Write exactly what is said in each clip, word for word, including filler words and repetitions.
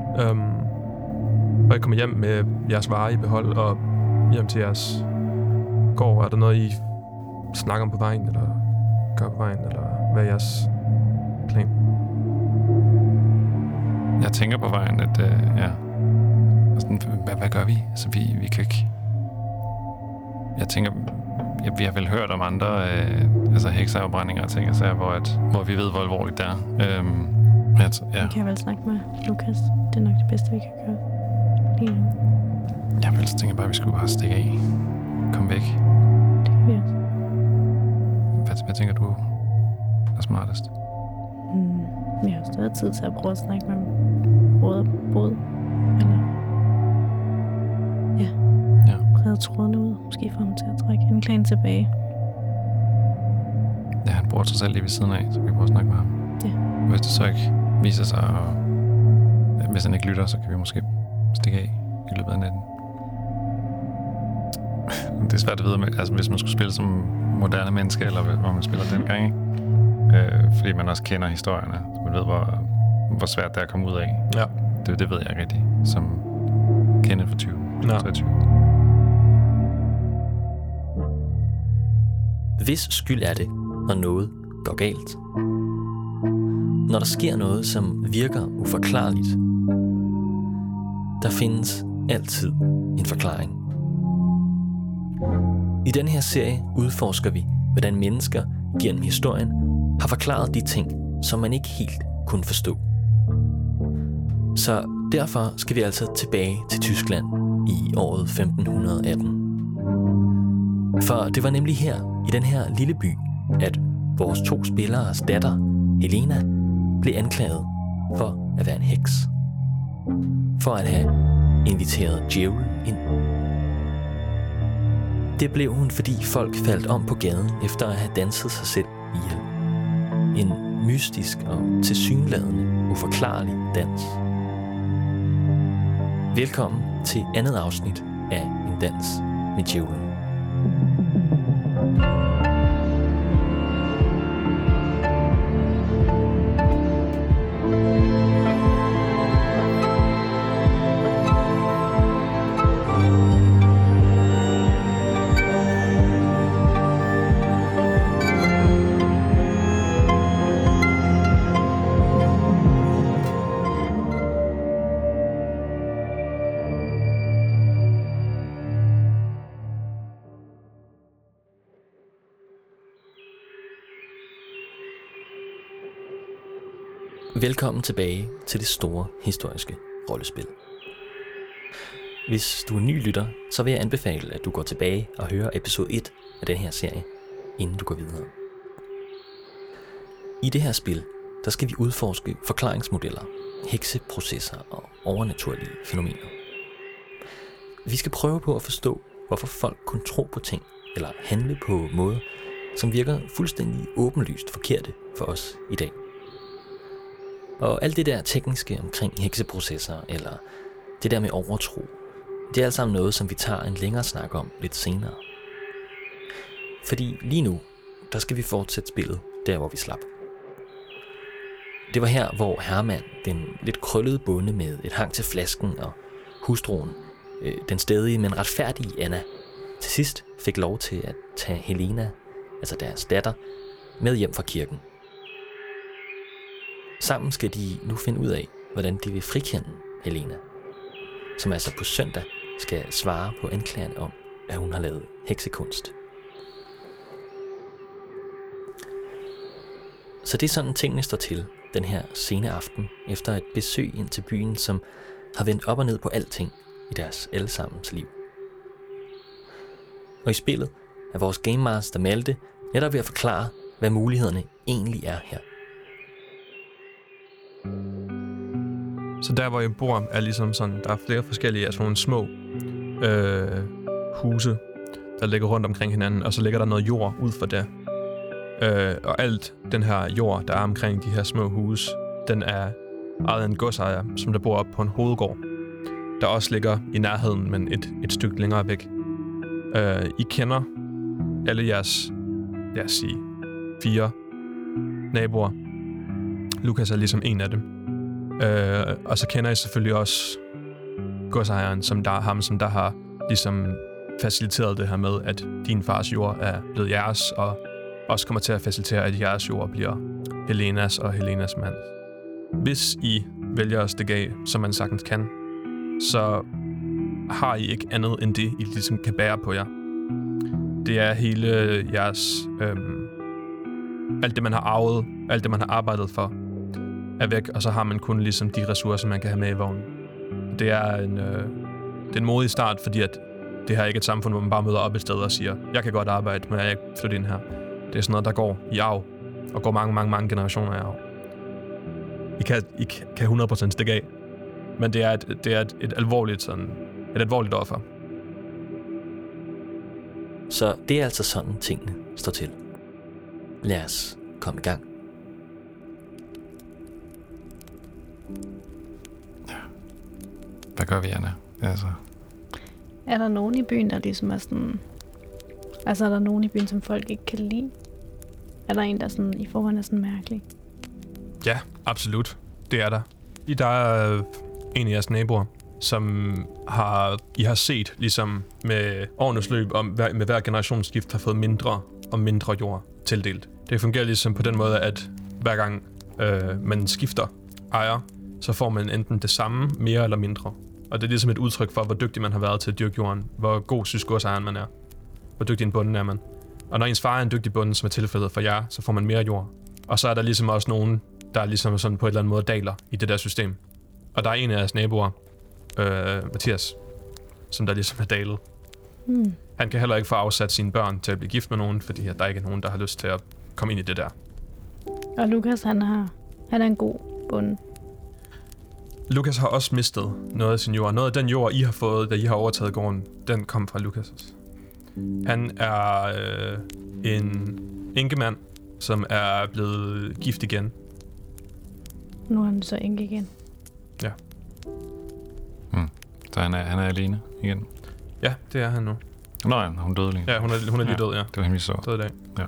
Øhm, og I kommer hjem med jeres varer i behold og hjem til jeres gård. Er der noget, I snakker om på vejen, eller gør på vejen, eller hvad er jeres plan? Jeg tænker på vejen, at øh, ja, sådan, hvad, hvad gør vi? Altså, vi, vi kan ikke... Jeg tænker, ja, vi har vel hørt om andre øh, altså hekseafbrændinger og ting, altså, hvor, at, hvor vi ved, hvor alvorligt det er. Øhm, jeg, ja. Vi kan vel snakke med Lukas. Det er nok det bedste, vi kan gøre lige nu. Jeg vil tænke bare, at vi skulle bare stikke af. Kom væk. Det kan vi også. Hvad, hvad tænker du er smartest? Mm, vi har stadig tid til at prøve at snakke med råd bod. Eller... Ja. Ja. Brede trådene ud. Måske få ham til at trække anklagen tilbage. Ja, han bor sig selv lige ved siden af, så vi kan prøve at snakke med ham. Ja. Hvis det så ikke viser sig, og hvis han ikke lytter, så kan vi måske stikke af i løbet af natten. Det er svært at vide, altså hvis man skulle spille som moderne menneske, eller hvor man spiller dengang, ikke? Øh, fordi man også kender historierne, så man ved, hvor, hvor svært det er at komme ud af. Ja. Det, det ved jeg ikke rigtig, som Kenneth for tyve, Ja. treogtyve. Hvis skyld er det, når noget går galt? Når der sker noget, som virker uforklarligt, der findes altid en forklaring. I denne her serie udforsker vi, hvordan mennesker gennem historien har forklaret de ting, som man ikke helt kunne forstå. Så derfor skal vi altså tilbage til Tyskland i året femten atten. For det var nemlig her, i den her lille by, at vores to spilleres datter, Helena, blev anklaget for at være en heks. For at have inviteret djævlen ind. Det blev hun, fordi folk faldt om på gaden efter at have danset sig selv ihjel. En mystisk og tilsyneladende uforklarlig dans. Velkommen til andet afsnit af En dans med djævlen. Velkommen tilbage til det store historiske rollespil. Hvis du er ny lytter, så vil jeg anbefale, at du går tilbage og hører episode et af den her serie, inden du går videre. I det her spil, der skal vi udforske forklaringsmodeller, hekseprocesser og overnaturlige fænomener. Vi skal prøve på at forstå, hvorfor folk kunne tro på ting eller handle på måder, som virker fuldstændig åbenlyst forkerte for os i dag. Og alt det der tekniske omkring hekseprocesser, eller det der med overtro, det er alt sammen noget, som vi tager en længere snak om lidt senere. Fordi lige nu, der skal vi fortsætte spillet, der hvor vi slap. Det var her, hvor Hermann, den lidt krøllede bonde med et hang til flasken, og hustruen, øh, den stedige, men retfærdige Anna, til sidst fik lov til at tage Helena, altså deres datter, med hjem fra kirken. Sammen skal de nu finde ud af, hvordan de vil frikende Helena, som altså på søndag skal svare på anklagerne om, at hun har lavet heksekunst. Så det er sådan, tingene står til den her sene aften, efter et besøg ind til byen, som har vendt op og ned på alting i deres allesammens liv. Og i spillet er vores Game Master Malte netop ved at forklare, hvad mulighederne egentlig er her. Så der, hvor jeg bor, er ligesom sådan, der er flere forskellige, altså nogle små øh, huse, der ligger rundt omkring hinanden, og så ligger der noget jord ud for det. Øh, og alt den her jord, der er omkring de her små huse, den er ejet af en godsejer, som der bor op på en hovedgård, der også ligger i nærheden, men et, et stykke længere væk. Øh, I kender alle jeres, lad os sige, fire naboer. Lukas er ligesom en af dem. Øh, og så kender I selvfølgelig også godsejeren, som der ham, som der har ligesom faciliteret det her med, at din fars jord er blevet jeres, og også kommer til at facilitere, at jeres jord bliver Helenas og Helenas mand. Hvis I vælger at stikke af, som man sagtens kan, så har I ikke andet end det, I ligesom kan bære på jer. Det er hele jeres... Øhm, alt det, man har arvet, alt det, man har arbejdet for, er væk, og så har man kun ligesom de ressourcer, man kan have med i vognen. Det er en, øh, det er en modig start, fordi at det her er ikke et samfund, hvor man bare møder op et sted og siger, jeg kan godt arbejde, men jeg ikke flytte ind her. Det er sådan noget, der går i arv, og går mange, mange, mange generationer i arv. I kan, I kan hundrede procent stikke af, men det er et, det er et, et alvorligt sådan, et alvorligt offer. Så det er altså sådan, tingene står til. Lad os komme i gang. Hvad gør vi, Anna? Altså... Er der nogen i byen, der ligesom er sådan... Altså, er der nogen i byen, som folk ikke kan lide? Er der en, der sådan, i forvejen er sådan mærkelig? Ja, absolut. Det er der. I der er en af jeres naboer, som har, I har set ligesom med årenes løb, om hver, med hver generationsskift har fået mindre og mindre jord tildelt. Det fungerer ligesom på den måde, at hver gang øh, man skifter ejer, så får man enten det samme, mere eller mindre. Og det er ligesom et udtryk for, hvor dygtig man har været til at dyrke jorden. Hvor god synes godsejeren man er. Hvor dygtig en bonde er man. Og når ens far er en dygtig bonde, som er tilfældet for jer, så får man mere jord. Og så er der ligesom også nogen, der ligesom sådan på en eller anden måde daler i det der system. Og der er en af jeres naboer, øh, Mathias, som der ligesom er dalet. Hmm. Han kan heller ikke få afsat sine børn til at blive gift med nogen, fordi der ikke er nogen, der har lyst til at komme ind i det der. Og Lukas, han, har, han er en god bonde. Lukas har også mistet noget af sin jord. Noget af den jord, I har fået, da I har overtaget gården, den kom fra Lukas. Han er øh, en enkemand, som er blevet gift igen. Nu er han så enke igen. Ja. Hmm. Så han er, han er alene igen? Ja, det er han nu. Nå ja, hun døde lige. Ja, hun er, hun er lige ja, død, ja. Det var hende, vi så. Død i dag. Ja.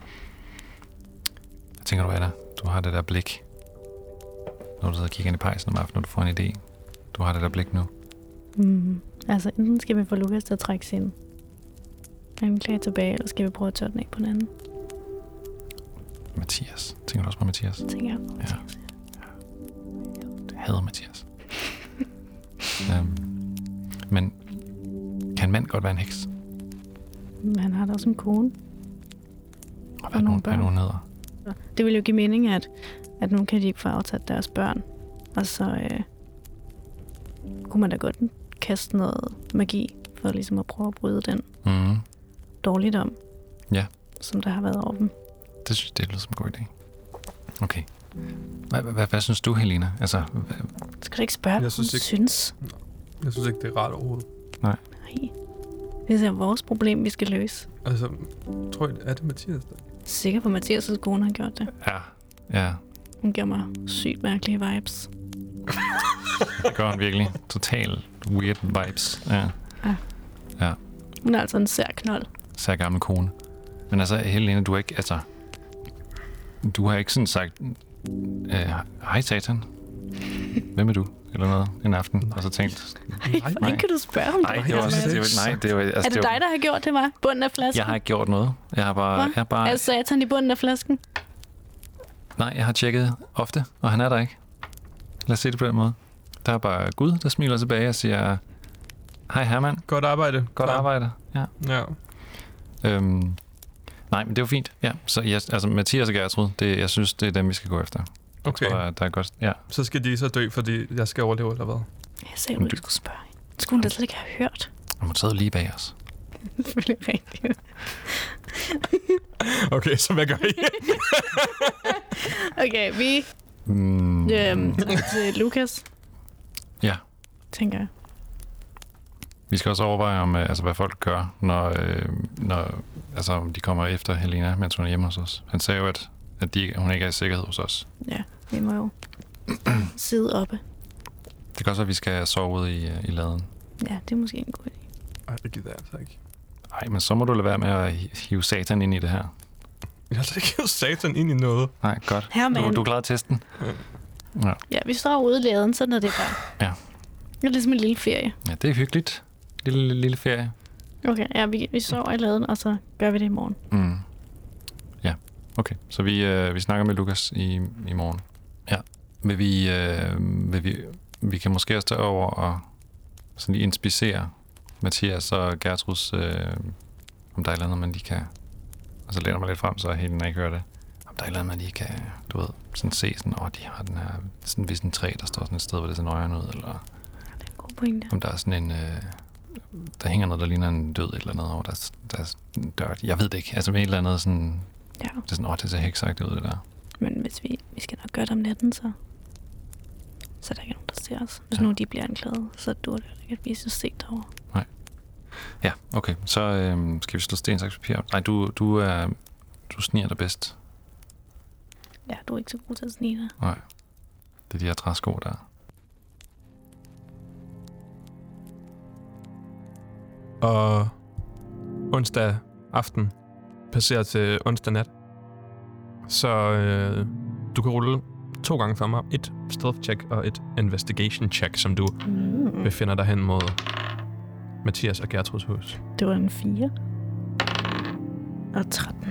Jeg tænker du, Anna, du har det der blik, når du sidder og kigger ind i pejsen om aftenen, når du får en idé. Du har det der blik nu. Mm. Altså, enten skal vi få Lukas til at trække sin anklage tilbage, eller skal vi prøve at tørre den af på den anden? Mathias. Tænker du også på Mathias? Tænker jeg på Mathias. Ja. Jeg hader Mathias. øhm, men kan en mand godt være en heks? Men han har da også en kone. Og hvad er nogen, hvad nogen hedder? Det vil jo give mening, at, at nu kan de ikke få aftaget deres børn. Og så øh, kunne man da godt kaste noget magi, for ligesom at prøve at bryde den Mm. dårligdom, Ja. som der har været over dem. Det synes det lyder som en god idé. Okay. Hvad, hvad, hvad synes du, Helena? Altså, hvad... Skal du ikke spørge, hvad hun synes ikke- synes? Jeg synes ikke, det er rart overhovedet. Nej. Det er vores problem, vi skal løse. Altså, tror jeg, er det Mathias der? Sikker på, at Mathias' kone har gjort det. Ja. Ja. Hun giver mig sygt mærkelige vibes. Det gør han virkelig. Total weird vibes. Ja. Ja. Ja. Hun er altså en sær knold. Sær gammel kone. Men altså, Helena, du er ikke, altså... Du har ikke sådan sagt... Øh, hej, satan. Hvem er du? Eller noget en aften. Og så tænkt... Nej, hvordan kan du spørge om Nej, det? det var også... Det var, nej, det var... Altså, Er det det var, dig, der har gjort det, var? Bunden af flasken? Jeg har ikke gjort noget. Jeg har bare... Hva? Jeg har bare Er satan i bunden af flasken? nej, jeg har tjekket ofte, og han er der ikke. Lad os se det på den måde. Der er bare Gud, der smiler tilbage og siger... Hej, Herman. Godt arbejde. Godt Ja. arbejde. Ja. Ja. Øhm, nej, men det var fint. Ja, så jeg, altså Mathias og Gertrud, det, jeg synes, det er dem, vi skal gå efter. Okay, Jeg tror, der, der er godt. Ja. så skal de så dø, fordi jeg skal overleve, eller hvad? Jeg sagde, du ikke skulle spørge. Det skulle hun da slet ikke have hørt. Og hun sad lige bag os. Selvfølgelig rigtigt. Okay, så hvad gør I? Okay, vi... Mm, Øhm, til Lukas, ja. tænker jeg. Vi skal også overveje, om, øh, altså, hvad folk gør, når, øh, når altså, om de kommer efter Helena, mens hun er hjemme hos os. Han sagde jo, at, at de, hun ikke er i sikkerhed hos os. Ja, vi må jo sidde oppe. Det kan også være, at vi skal sove ude i, i laden. Ja, det er måske en god idé. Ej, det gider jeg altså ikke. Nej, men så må du lade være med at hive satan ind i det her. Jeg har da ikke givet satan ind i noget. Nej, godt. Herman. Du, du er klar til testen? Ja. Ja, vi står ude i laden, sådan er det bare. Ja. Det er ligesom en lille ferie. Ja, det er hyggeligt. Lille, lille, lille ferie. Okay, ja, vi, vi sover i laden, og så gør vi det i morgen. Mm. Ja, okay. Så vi, øh, vi snakker med Lukas i, i morgen. Ja. Vil vi, øh, vil vi, vi kan måske også tage over og sådan lige inspicere Mathias og Gertruds, øh, om der er et eller andet, man lige kan... Og så læner mig lidt frem, så Helen ikke hører det. Om der er et eller andet, man lige kan, du ved, sådan se sådan, åh, de har den her, sådan hvis en træ, der står sådan et sted, hvor det ser nøjeren ud, eller... Det er en god pointe. Om der er sådan en... Øh, der hænger noget, der ligner en død et eller andet over, der, der er dørt. Jeg ved det ikke. Altså med et eller andet sådan... Ja. Det er sådan, åh, det ser heksagtigt ud, det der. Men hvis vi, vi skal nok gøre det om natten, så... Så er der ikke nogen, der ser os. Hvis Ja. nu de bliver anklaget, så dur det ikke, at vi er så set derovre. Nej. Ja, okay. Så øh, skal vi slå sten, saks, papir. Nej, du, du, er, du sniger dig bedst. Ja, du er ikke så god til at snige dig. Nej. Det er de her træsko, der... Og onsdag aften passerer til onsdag nat. Så øh, du kan rulle to gange for mig. Et stealth check og et investigation check, som du Mm. befinder dig hen mod Mathias og Gertruds hus. Det var en fire. Og tretten.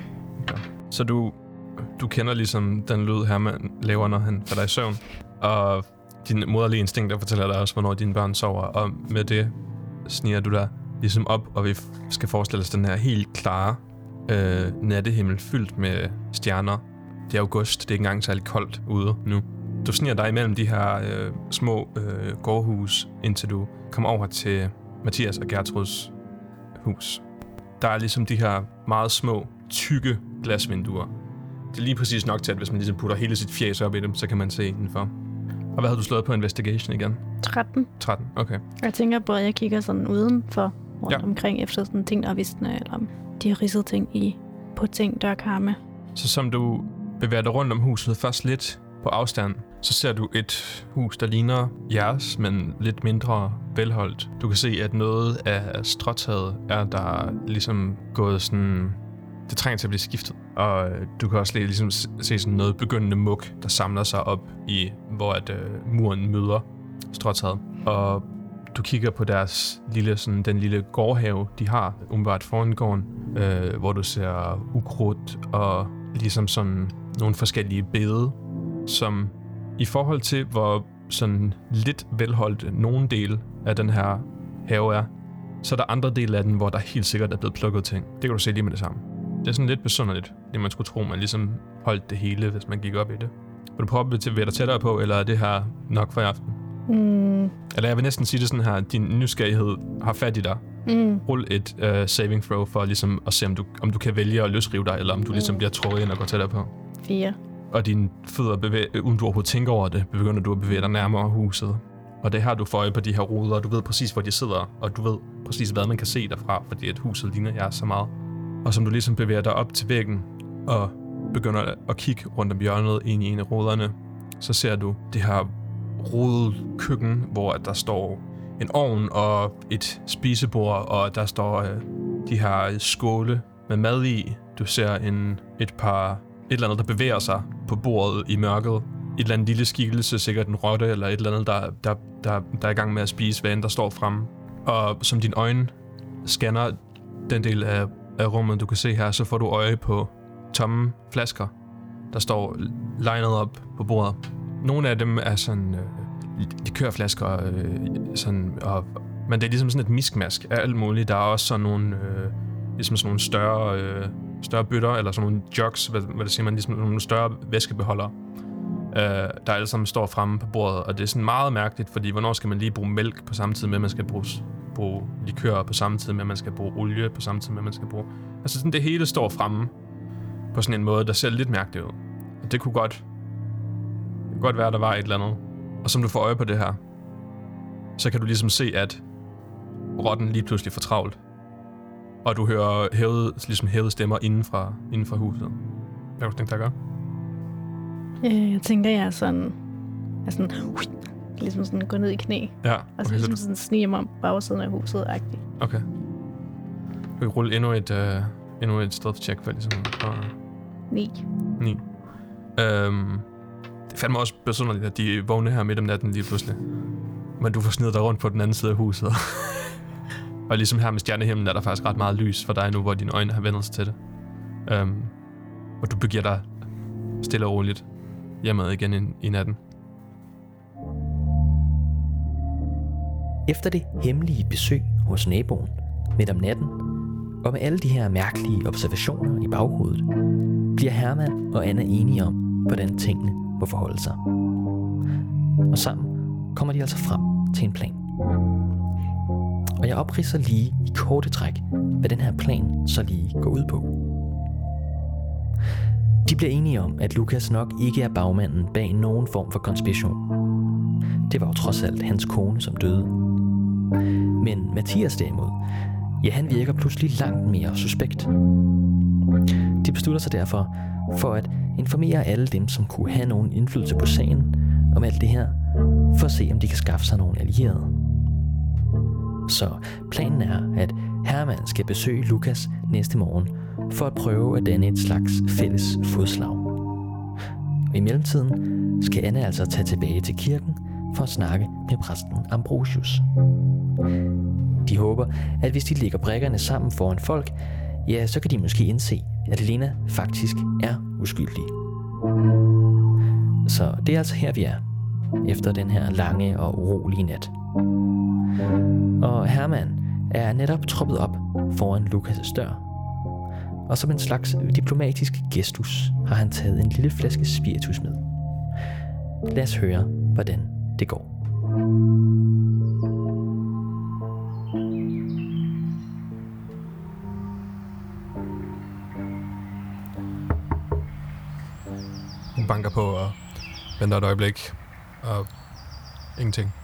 Så du, du kender ligesom den lyd her, man laver, når han falder i søvn. Og din moderlige instinkter fortæller dig også, hvornår dine børn sover. Og med det sniger du dig ligesom op, og vi skal forestille os den her helt klare øh, nattehimmel fyldt med stjerner. Det er august, det er ikke engang særlig koldt ude nu. Du sniger dig imellem de her øh, små øh, gårdhus, indtil du kommer over til Mathias og Gertruds hus. Der er ligesom de her meget små, tykke glasvinduer. Det er lige præcis nok til, at hvis man ligesom putter hele sit fjæs op i dem, så kan man se indenfor. Og hvad havde du slået på investigation igen? tretten. tretten, okay. Jeg tænker på, at jeg kigger sådan udenfor rundt Ja. omkring efter sådan ting, der er visne, eller om de har ridset ting i på ting, dørkarme. Så som du bevæger dig rundt om huset, først lidt på afstand, så ser du et hus, der ligner jeres, men lidt mindre velholdt. Du kan se, at noget af stråtaget er der ligesom gået sådan... Det trænger til at blive skiftet. Og du kan også ligesom se sådan noget begyndende muk, der samler sig op i, hvor at, øh, muren møder stråtaget. Og du kigger på deres lille, sådan, den lille gårdhave, de har umiddelbart foran gården, øh, hvor du ser ukrudt og ligesom sådan nogle forskellige bede, som i forhold til, hvor sådan lidt velholdt nogen del af den her have er, så er der andre dele af den, hvor der helt sikkert er blevet plukket ting. Det kan du se lige med det samme. Det er sådan lidt besynderligt, det man skulle tro, man ligesom holdt det hele, hvis man gik op i det. Vil du prøve at bevæge dig tættere på, eller er det her nok for i aften? Mm. Eller jeg vil næsten sige det sådan her, din nysgerrighed har fat i dig. Mm. Rul et uh, saving throw for ligesom at se, om du, om du kan vælge at løsrive dig, eller om du ligesom bliver trukket ind og går tættere på. Fire. Og dine fødder, bevæ- uden du overhovedet tænker over det, begynder du at bevæge dig nærmere huset. Og det her, du får øje på de her ruder, og du ved præcis, hvor de sidder, og du ved præcis, hvad man kan se derfra, fordi at huset ligner jer så meget. Og som du ligesom bevæger dig op til væggen, og begynder at kigge rundt om hjørnet ind i en af ruderne, så ser du det her rodet køkken, hvor der står en ovn og et spisebord, og der står øh, de her skåle med mad i. Du ser en, et par, et eller andet, der bevæger sig på bordet i mørket. Et eller andet lille skikkelse, sikkert en rotte, eller et eller andet, der, der, der, der er i gang med at spise, hvad end der står fremme. Og som dine øjne scanner den del af, af rummet, du kan se her, så får du øje på tomme flasker, der står linet op på bordet. Nogle af dem er sådan øh, likørflasker, øh, sådan, og, men det er ligesom sådan et miskmask af alt muligt. Der er også sådan nogle, øh, ligesom sådan nogle større, øh, større bøtter, eller sådan nogle jugs, hvad, hvad det siger man, ligesom nogle større væskebeholdere, øh, der alle sammen står fremme på bordet. Og det er sådan meget mærkeligt, fordi hvornår skal man lige bruge mælk på samme tid med, at man skal bruge, bruge likør på samme tid med, at man skal bruge olie på samme tid med, at man skal bruge... Altså sådan det hele står fremme på sådan en måde, der ser lidt mærkeligt ud. Og det kunne godt, det kunne godt være, at der var et eller andet. Og som du får øje på det her, så kan du ligesom se, at rotten lige pludselig får travlt. Og du hører hævet, ligesom hævet stemmer inden fra, inden fra huset. Hvad kunne du tænke dig at gøre? Øh, jeg tænker, jeg er sådan... Er sådan hui, ligesom sådan gå ned i knæ. Ja, Og så okay, så ligesom du, sådan snige mig om bagsiden af huset-agtigt. okay. Du kan rulle endnu et, uh, endnu et stealth check for ligesom at... Ni. ni. Øhm, Det er fandme også besynderligt, at de vågner her midt om natten lige pludselig. Men du får snedet dig rundt på den anden side af huset. Og ligesom her med stjernehimlen er der faktisk ret meget lys for dig nu, hvor dine øjne har vendt sig til det. Um, og du begiver dig stille og roligt hjemad igen i, i natten. Efter det hemmelige besøg hos naboen midt om natten, og med alle de her mærkelige observationer i baghovedet, bliver Herman og Anna enige om, hvordan tingene må forholde sig. Og sammen kommer de altså frem til en plan. Og jeg opridser lige i korte træk, hvad den her plan så lige går ud på. De bliver enige om, at Lukas nok ikke er bagmanden bag nogen form for konspiration. Det var jo trods alt hans kone, som døde. Men Mathias derimod, ja, han virker pludselig langt mere suspekt. De beslutter sig derfor for at informere alle dem, som kunne have nogen indflydelse på sagen, om alt det her, for at se, om de kan skaffe sig nogle allierede. Så planen er, at Herman skal besøge Lukas næste morgen, for at prøve at danne et slags fælles fodslag. Og i mellemtiden skal Anna altså tage tilbage til kirken for at snakke med præsten Ambrosius. De håber, at hvis de lægger brikkerne sammen foran folk, ja, så kan de måske indse, at Lena faktisk er uskyldig. Så det er altså her, vi er, efter den her lange og urolige nat. Og Herman er netop troppet op foran Lukas' dør. Og som en slags diplomatisk gestus har han taget en lille flaske spiritus med. Lad os høre, hvordan det går. Hun banker på og venter et øjeblik, og ingenting.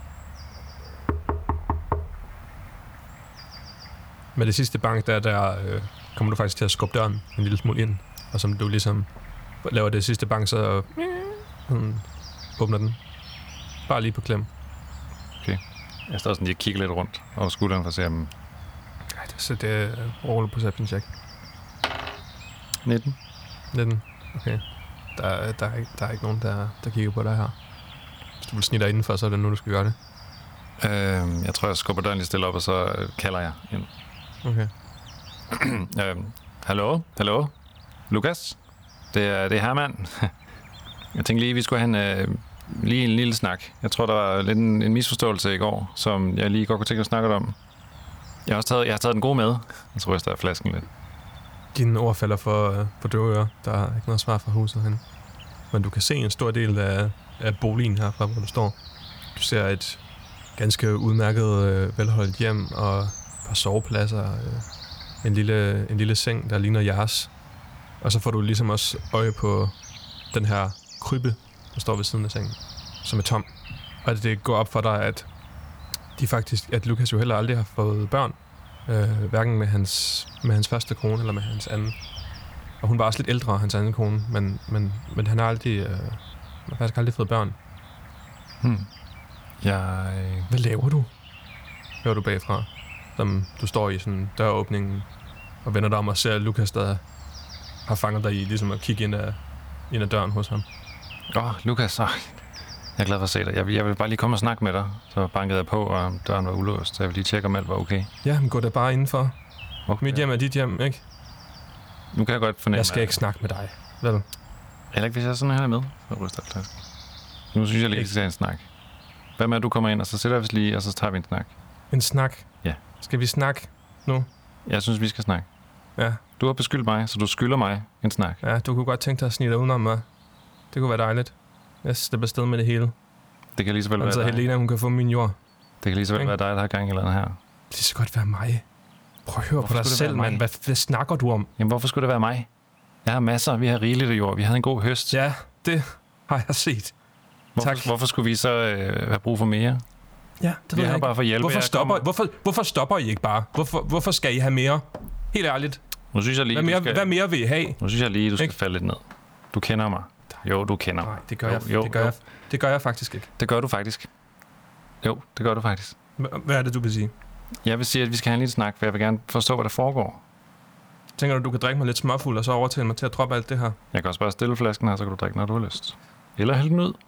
Med det sidste bank, der, der øh, kommer du faktisk til at skubbe døren en lille smule ind, og som du ligesom laver det sidste bank, så øh, åbner den. Bare lige på klem. Okay. Jeg står sådan lige og kigger lidt rundt over skulderen for at se, om... Ej, det, så det er roligt på perception check. nitten. nitten. Okay. Der, der, er ikke, der er ikke nogen, der, der kigger på dig her. Hvis du vil snige dig indenfor, så er det nu, du skal gøre det. Øh, jeg tror, jeg skubber døren lige stille op, og så øh, kalder jeg ind. Okay. øh, hallo? Hallo? Lukas? Det er, det er Herman. Jeg tænkte lige, vi skulle have en, øh, lige en lille snak. Jeg tror, der var lidt en, en misforståelse i går, som jeg lige godt kunne tænke at snakke om. Jeg har også taget, jeg har taget den gode med. Jeg tror, jeg står flasken lidt. Dine ord falder for, for døve ører. Der er ikke noget svar fra huset hen. Men du kan se en stor del af, af boligen herfra, hvor du står. Du ser et ganske udmærket, øh, velholdt hjem og et par sovepladser. Øh, en, lille, en lille seng, der ligner jeres. Og så får du ligesom også øje på den her krybbe, der står ved siden af sengen, som er tom. Og det går op for dig, at de faktisk, at Lukas jo heller aldrig har fået børn. Øh, hverken med hans, med hans første kone eller med hans anden. Og hun var også lidt ældre, hans anden kone, men, men, men han har aldrig, øh, har faktisk aldrig fået børn. Hmm. Jeg... Hvad laver du? Hører du bagfra, som du står i sådan døråbningen og vender dig om og ser Lukas, der har fanget dig i ligesom at kigge ind af, ind af døren hos ham. Åh, oh, Lukas, oh, jeg er glad for at se dig. Jeg, jeg vil bare lige komme og snakke med dig. Så bankede jeg på, og døren var ulåst, så jeg vil lige tjekke, om alt var okay. Ja, men gå da bare indenfor. Okay. Mit hjem er dit hjem, ikke? Nu kan jeg godt fornemme... Jeg skal ikke snakke med dig, vel? Heller ikke, hvis jeg er sådan her med. Så ryster jeg tasken. Nu synes jeg lige, at vi skal have en snak. Hvad med, at du kommer ind, og så sætter vi os lige, og så tager vi en snak? En snak? Ja. Skal vi snakke nu? Jeg synes, vi skal snakke. Ja. Du har beskyldt mig, så du skylder mig en snak. Ja, du kunne godt tænke dig at snige dig udenom mig. Det kunne være dejligt. Jeg slipper afsted med det hele. Det kan lige så vel være altså, dig. Helena, hun kan få min jord. Det kan lige så vel være dig, der har gang i eller andet her. Det skal godt være mig. Prøv at høre Hvorfor på dig selv, mand. Hvad, hvad snakker du om? Jamen, hvorfor skulle det være mig? Jeg har masser. Vi har rigeligt af jord. Vi havde en god høst. Ja, det har jeg set. Hvorfor, Tak. hvorfor skulle vi så øh, have brug for mere? Ja, det vi ved har jeg bare for hjælp. Hvorfor stopper, hvorfor, hvorfor stopper I ikke bare? Hvorfor, hvorfor skal I have mere? Helt ærligt. Nu synes jeg lige, hvad, mere, skal... hvad mere vil I have? Nu synes jeg lige, du skal ikke? falde lidt ned. Du kender mig. Jo, du kender mig. Nej, det gør, jo, jeg, jo, det, gør jo. jeg, det gør jeg faktisk ikke. Det gør du faktisk. Jo, det gør du faktisk. Hvad er det, du vil sige? Jeg vil sige, at vi skal have en lille snak, for jeg vil gerne forstå, hvad der foregår. Tænker du, du kan drikke mig lidt småfuld, og så overtale mig til at droppe alt det her? Jeg kan også bare stille flasken her, så kan du drikke, når du har lyst. Eller hælde den ud.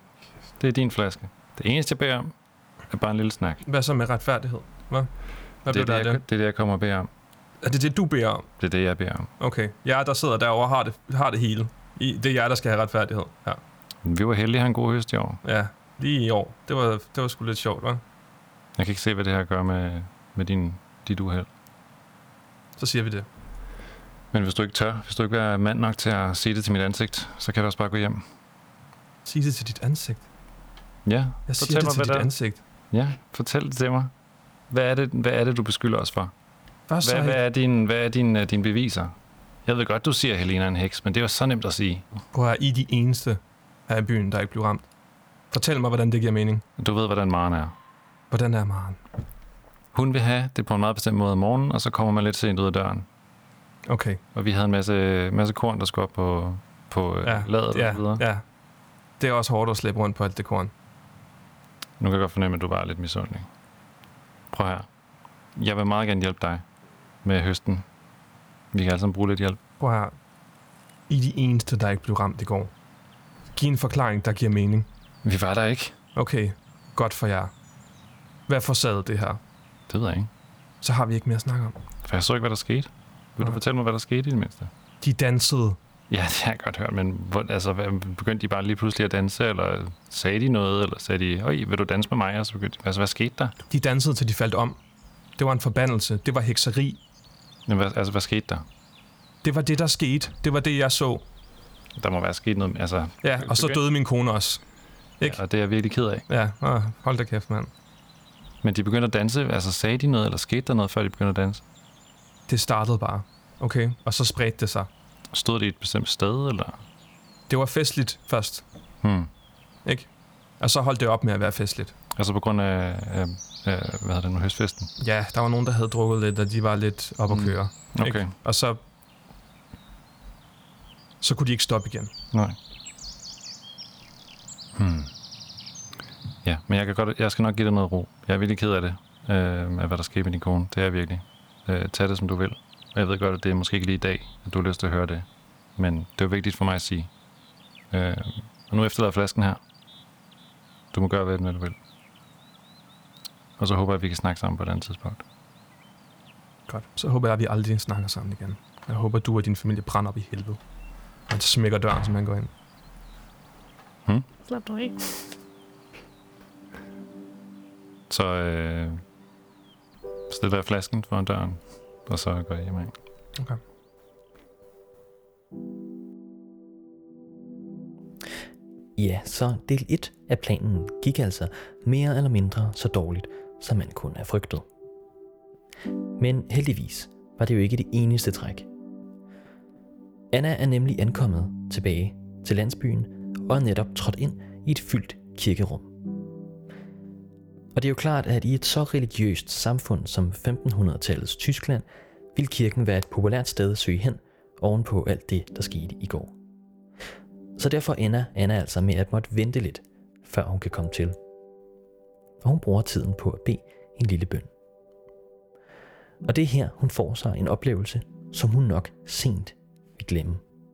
Det er din flaske. Det eneste, jeg beder om, er bare en lille snak. Hvad så med retfærdighed? Hvad? Hvad Det er blev det, der af jeg, det? det er det, jeg kommer og beder om. Er det det, du beder om? Det er det, jeg beder om. Okay. Jeg, der sidder derovre, har det, har det hele. I, det er jeg, der skal have retfærdighed. Ja. Vi var heldige at have en god høst i år. Ja, lige i år. Det var, det var sgu lidt sjovt, hva'? Jeg kan ikke se, hvad det her gør med, med din, dit uheld. Så siger vi det. Men hvis du ikke tør, hvis du ikke er mand nok til at sige det til mit ansigt, så kan du også bare gå hjem. Sig det til dit ansigt. Ja, Jeg siger fortæl det mig, til hvad dit det er. ansigt. Ja, fortæl det til mig. Hvad er det, hvad er det du beskylder os for? Først Hvad, så hvad er dine hvad er din, uh, din beviser? Jeg ved godt, du siger, at Helena er en heks, men det er jo så nemt at sige. prøv at høre, I er de eneste her i byen, der ikke blev ramt. Fortæl mig, hvordan det giver mening. Du ved, hvordan Maren er. Hvordan er Maren? Hun vil have det på en meget bestemt måde om morgenen, og så kommer man lidt sent ud af døren. Okay. Og vi havde en masse, masse korn, der skulle op på, på Ja, ja, ladet ja, og videre. ja. Det er også hårdt at slæbe rundt på alt det korn. Nu kan jeg godt fornemme, at du bare er lidt misundelig. Prøv her. Jeg vil meget gerne hjælpe dig med høsten. Vi kan alle sammen bruge lidt hjælp. Prøv her. I er de eneste, der ikke blev ramt i går. Giv en forklaring, der giver mening. Vi var der ikke. Okay, godt for jer. Hvad forsaget det her? Det ved jeg ikke. Så har vi ikke mere at snakke om. For jeg så ikke, hvad der skete. Vil du Nej. fortælle mig, hvad der skete i det mindste? De dansede. Ja, det har jeg godt hørt, men hvor, altså, hvad, begyndte de bare lige pludselig at danse, eller sagde de noget, eller sagde de, øj, vil du danse med mig? Og så begyndte, altså, hvad skete der? De dansede, til de faldt om. Det var en forbandelse. Det var hekseri. Men, hvad, altså, hvad skete der? Det var det, der skete. Det var det, jeg så. Der må være sket noget, altså... Ja, og så begyndte- døde min kone også. Ikke? Ja, og det er jeg virkelig ked af. Ja, åh, hold da kæft, mand. Men de begyndte at danse, altså sagde de noget, eller skete der noget, før de begyndte at danse? Det startede bare. Okay, og så spredte det sig. Stod de et bestemt sted, eller? Det var festligt først, Hmm. ikke? Og så holdt det op med at være festligt. Altså på grund af, af, af hvad hedder det nu, høstfesten? Ja, der var nogen, der havde drukket lidt, og de var lidt op at Mm. køre. Okay, Ikke? Og så... Så kunne de ikke stoppe igen. nej. Hmm. Ja, men jeg, kan godt, jeg skal nok give dig noget ro. Jeg er virkelig ked af det, øh, af hvad der skete med din kone. Det er jeg virkelig. Øh, tag det, som du vil. Og jeg ved godt, at det er måske ikke lige i dag, at du har lyst til at høre det. Men det er vigtigt for mig at sige. Øh, og nu efterlader jeg flasken her. Du må gøre, hvad du vil. Og så håber jeg, at vi kan snakke sammen på et andet tidspunkt. Godt. Så håber jeg, at vi aldrig snakker sammen igen. Jeg håber, at du og din familie brænder op i helvede. Og han smækker døren, som han går ind. Slap du ikke. Så øh, stiller jeg flasken foran døren, og så går jeg hjem. Okay. Ja, så del et af planen gik altså mere eller mindre så dårligt, som man kunne have frygtet. Men heldigvis var det jo ikke det eneste træk. Anna er nemlig ankommet tilbage til landsbyen og er netop trådt ind i et fyldt kirkerum. Og det er jo klart, at i et så religiøst samfund som femtenhundredetallets Tyskland, vil kirken være et populært sted at søge hen ovenpå alt det, der skete i går. Så derfor ender Anna altså med at måtte vente lidt, før hun kan komme til. Og hun bruger tiden på at bede en lille bøn. Og det er her, hun får sig en oplevelse, som hun nok sent vil glemme.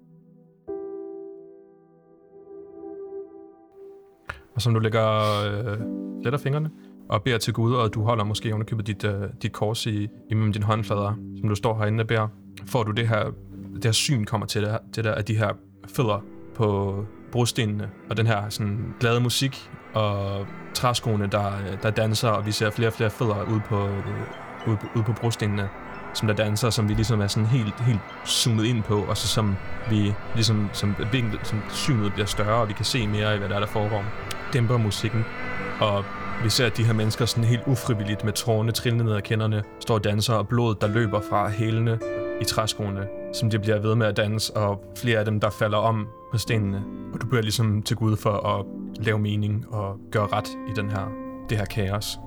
Og som du lægger øh, letter fingrene og beder til Gud, og du holder måske underkøbet dit, øh, dit kors i, imellem dine håndflader, som du står herinde og beder, får du det her, det her syn kommer til det, til det af de her fødder på brostenene, og den her sådan glade musik, og træskoene, der, der danser, og vi ser flere og flere fødder ude på, ude på, ude på brostenene, som der danser, som vi ligesom er sådan helt, helt zoomet ind på, og så som vi ligesom, som, vinklet, som synet bliver større, og vi kan se mere af, hvad der er, der foregår. Dæmper musikken, og vi ser, at de her mennesker sådan helt ufrivilligt med tårerne trillende ned ad kinderne, står og danser, og blodet, der løber fra hælene i træskoene, som de bliver ved med at danse, og flere af dem, der falder om på stenene. Og du beder ligesom til Gud for at lave mening og gøre ret i den her, det her kaos.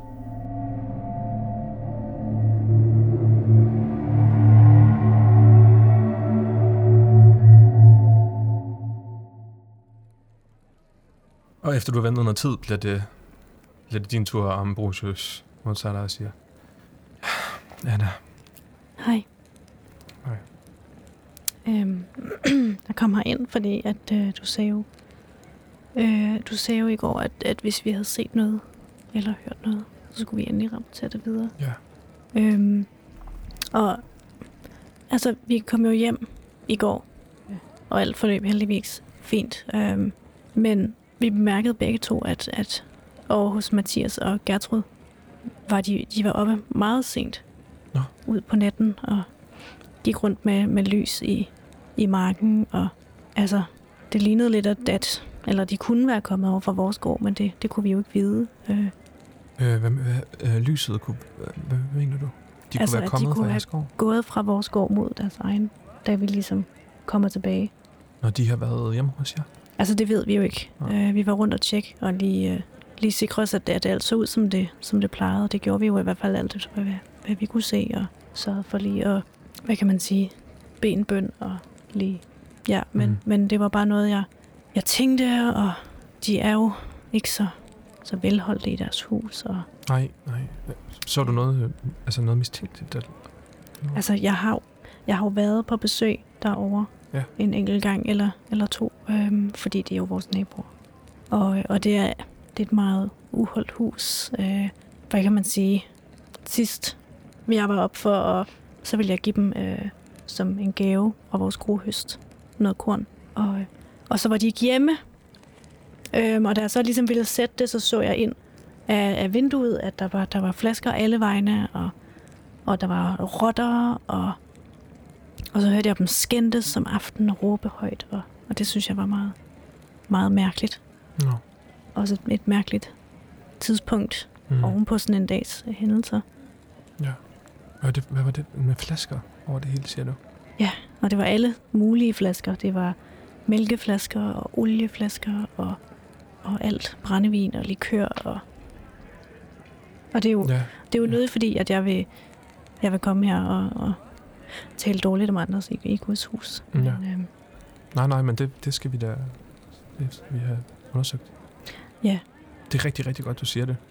Og efter du har ventet noget tid, bliver det, bliver det din tur, Ambrosius modtager dig og siger: Anna. Hej. Hej. Øhm, jeg kom her ind, fordi at øh, du sagde jo, Øh, du sagde jo i går, at, at hvis vi havde set noget, eller hørt noget, så skulle vi endelig rapportere det videre. Ja. Øhm, og altså, vi kom jo hjem i går, ja. Og alt forløb heldigvis fint. Øhm, men vi bemærkede begge to, at, at over hos Mathias og Gertrud, var de, de var oppe meget sent. Nå. Ud på natten, og gik rundt med, med lys i, i marken, og altså, det lignede lidt, at, at eller de kunne være kommet over fra vores gård, men det, det kunne vi jo ikke vide. Øh, Øh, hvad, hvad, øh, lyset kunne... Hvad, hvad mener du? De altså, kunne være kommet de kunne fra jeres gård? gået fra vores gård mod deres egen, da vi ligesom kommer tilbage. Når de har været hjemme hos jer? Altså, det ved vi jo ikke. Ja. Øh, vi var rundt og tjekke, og lige, øh, lige sikre os, at det, at det alt så ud, som det, som det plejede. Det gjorde vi jo i hvert fald alt efter, hvad, hvad vi kunne se, og sørgede for lige at, hvad kan man sige, benbøn og lige... Ja, men, Mm. men det var bare noget, jeg, jeg tænkte, og de er jo ikke så, så velholdte i deres hus, og Nej, nej. Så du noget, øh, altså noget mistænkeligt? Der... altså, jeg har, jo- jeg har jo været på besøg derovre Ja. en enkelt gang eller, eller to, øhm, fordi det er jo vores naboer. Og, og det, er, det er et meget uholdt hus. Øh, hvad kan man sige? Sidst jeg var op for, og så ville jeg give dem øh, som en gave fra vores grohøst noget korn. Og, og så var de ikke hjemme. Øhm, og da jeg så ligesom ville sætte det, så så jeg ind af, af vinduet, at der var, der var flasker alle vegne, og og der var rotter, og, og så hørte jeg dem skændtes som aften og råbe højt, og, og det synes jeg var meget, meget mærkeligt. Nå. Også et, et mærkeligt tidspunkt Mm. mm. oven på sådan en dags øh, hændelser. Ja. Hvad var, det, hvad var det med flasker over det hele, siger du? Ja, og det var alle mulige flasker. Det var mælkeflasker og olieflasker og, og alt. Brændevin og likør. Og, og det er jo, Ja. det er jo ja. noget, fordi at jeg vil, jeg vil komme her og, og tale dårligt om andres i, i Guds hus. Ja. Men, øhm, Nej, nej, men det, det skal vi da det skal vi have undersøgt. Ja. Det er rigtig, rigtig godt, du siger det.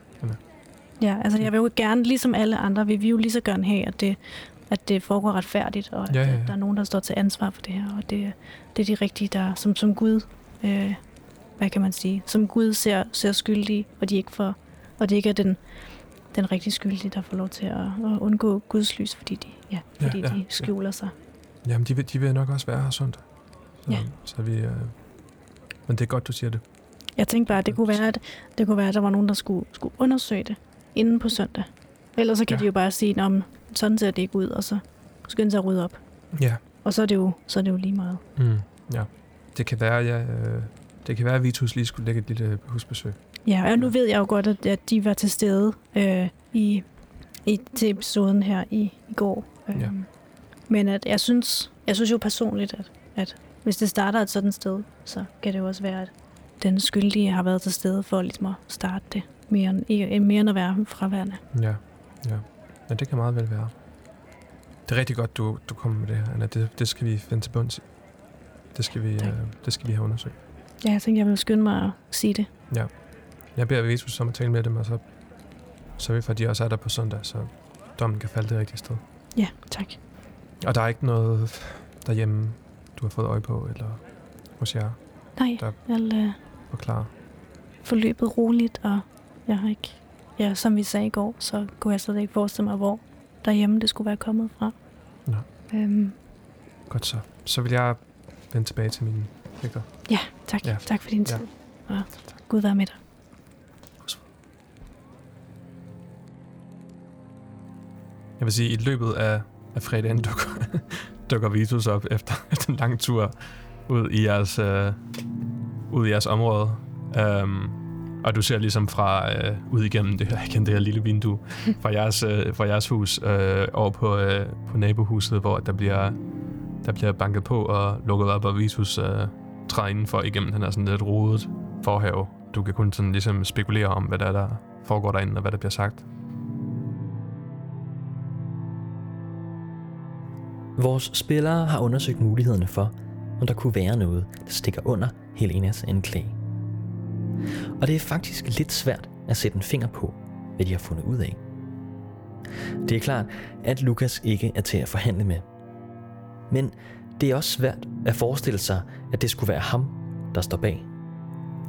ja, altså jeg vil jo gerne, ligesom alle andre, vil vi jo lige så gerne have, at det, at det foregår retfærdigt, og at Ja, ja, ja. der er nogen, der står til ansvar for det her, og det, det er de rigtige, der som, som Gud, øh, hvad kan man sige, som Gud ser, ser skyldige, og de ikke får, og det ikke er den, den rigtig skyldige, der får lov til at, at undgå Guds lys, fordi de, ja, fordi Ja, ja, de skjuler sig. Jamen, de vil, de vil nok også være her sundt. Så, Ja. så vi... Øh... Men det er godt, du siger det. Jeg tænkte bare, at det kunne være, at, det kunne være, at der var nogen, der skulle, skulle undersøge det inden på søndag. Ellers så kan Ja. de jo bare sige, om sådan ser det ikke ud, og så skynde sig at rydde op. Ja. Og så er det jo, så er det jo lige meget. Mm. Ja. Det kan være, ja, øh... det kan være, at Vitus lige skulle lægge et lille husbesøg. Ja, og nu ved jeg jo godt, at, at de var til stede øh, i, i til episoden her i, i går. Øh, Ja. Men at jeg synes, jeg synes jo personligt, at, at hvis det starter et sådan sted, så kan det jo også være, at den skyldige har været til stede for ligesom at starte det. Mere end, ikke, mere end at være fraværende. Ja, ja. Ja, det kan meget vel være. Det er rigtig godt, du, du kommer med det her, Anna. Det, det skal vi finde til bunds i. Det skal vi, øh, det skal vi have undersøgt. Ja, jeg tænkte, jeg ville skynde mig at sige det. Ja. Jeg beder Vitus om at tale med dem, og så sørger vi for, at de også er der på søndag, så dommen kan falde det rigtige sted. Ja, tak. Og der er ikke noget derhjemme, du har fået øje på, eller hos jer, Nej, Der- jeg øh, forklare. forløbet roligt, og jeg har ikke... Ja, som vi sagde i går, så kunne jeg slet ikke forestille mig, hvor derhjemme det skulle være kommet fra. Nå. Øhm, Godt så. Så vil jeg vende tilbage til mine pligter. ja, tak. Ja. Tak for din Ja. tid. Og Gud være med dig. Jeg vil sige, at i løbet af, af fredagen dukker, dukker Vitus op efter, efter en lang tur ud i jeres, øh, ud i jeres område. Um, og du ser ligesom fra øh, ud igennem det her, igen, det her lille vindue fra jeres, øh, fra jeres hus øh, over på, øh, på nabohuset, hvor der bliver, der bliver banket på og lukket op, og Vitus øh, træder indenfor igennem den her sådan lidt rodet forhave. Du kan kun sådan ligesom spekulere om, hvad der, er, der foregår derinde, og hvad der bliver sagt. Vores spillere har undersøgt mulighederne for, om der kunne være noget, der stikker under Helenas anklage. Og det er faktisk lidt svært at sætte en finger på, hvad de har fundet ud af. Det er klart, at Lukas ikke er til at forhandle med. Men det er også svært at forestille sig, at det skulle være ham, der står bag.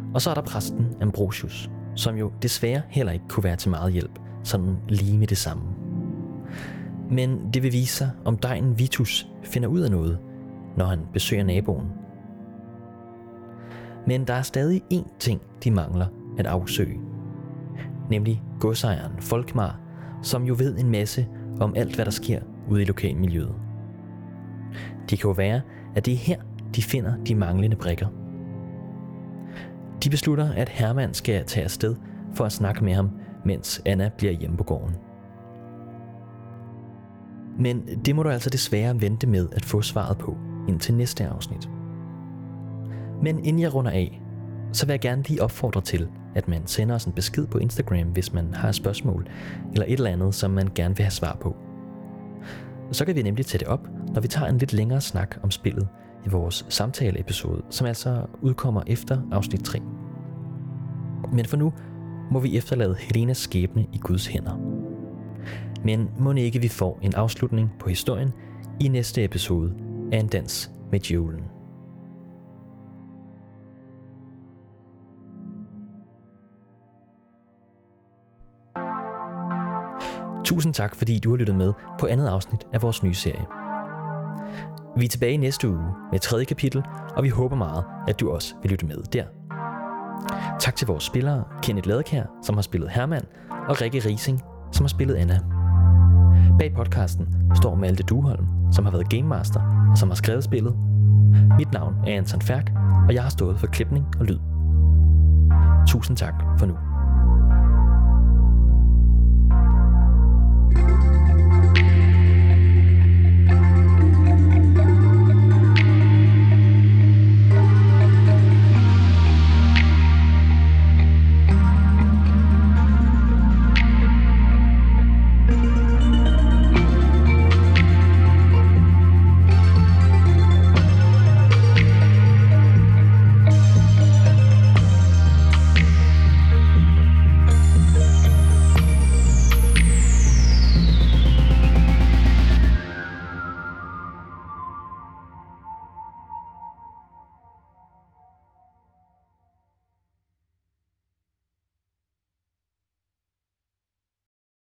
Og så er der præsten Ambrosius, som jo desværre heller ikke kunne være til meget hjælp, sådan lige med det samme. Men det vil vise sig, om degnen Vitus finder ud af noget, når han besøger naboen. Men der er stadig én ting, de mangler at afsøge. Nemlig godsejeren Folkmar, som jo ved en masse om alt, hvad der sker ude i lokalmiljøet. Det kan jo være, at det er her, de finder de manglende brikker. De beslutter, at Hermann skal tage afsted for at snakke med ham, mens Anna bliver hjemme på gården. Men det må du altså desværre vente med at få svaret på indtil næste afsnit. Men inden jeg runder af, så vil jeg gerne lige opfordre til, at man sender os en besked på Instagram, hvis man har et spørgsmål eller et eller andet, som man gerne vil have svar på. Så kan vi nemlig tage det op, når vi tager en lidt længere snak om spillet i vores samtaleepisode, som altså udkommer efter afsnit tre. Men for nu må vi efterlade Helenas skæbne i Guds hænder. Men må ikke vi får en afslutning på historien i næste episode af En dans med djævlen. Tusind tak, fordi du har lyttet med på andet afsnit af vores nye serie. Vi er tilbage næste uge med tredje kapitel, og vi håber meget, at du også vil lytte med der. Tak til vores spillere, Kenneth Ladekær, som har spillet Hermann, og Rikke Rising, som har spillet Anna. Bag podcasten står Malte Duholm, som har været Game Master og som har skrevet spillet. Mit navn er Anton Færk, og jeg har stået for klipning og lyd. Tusind tak for nu.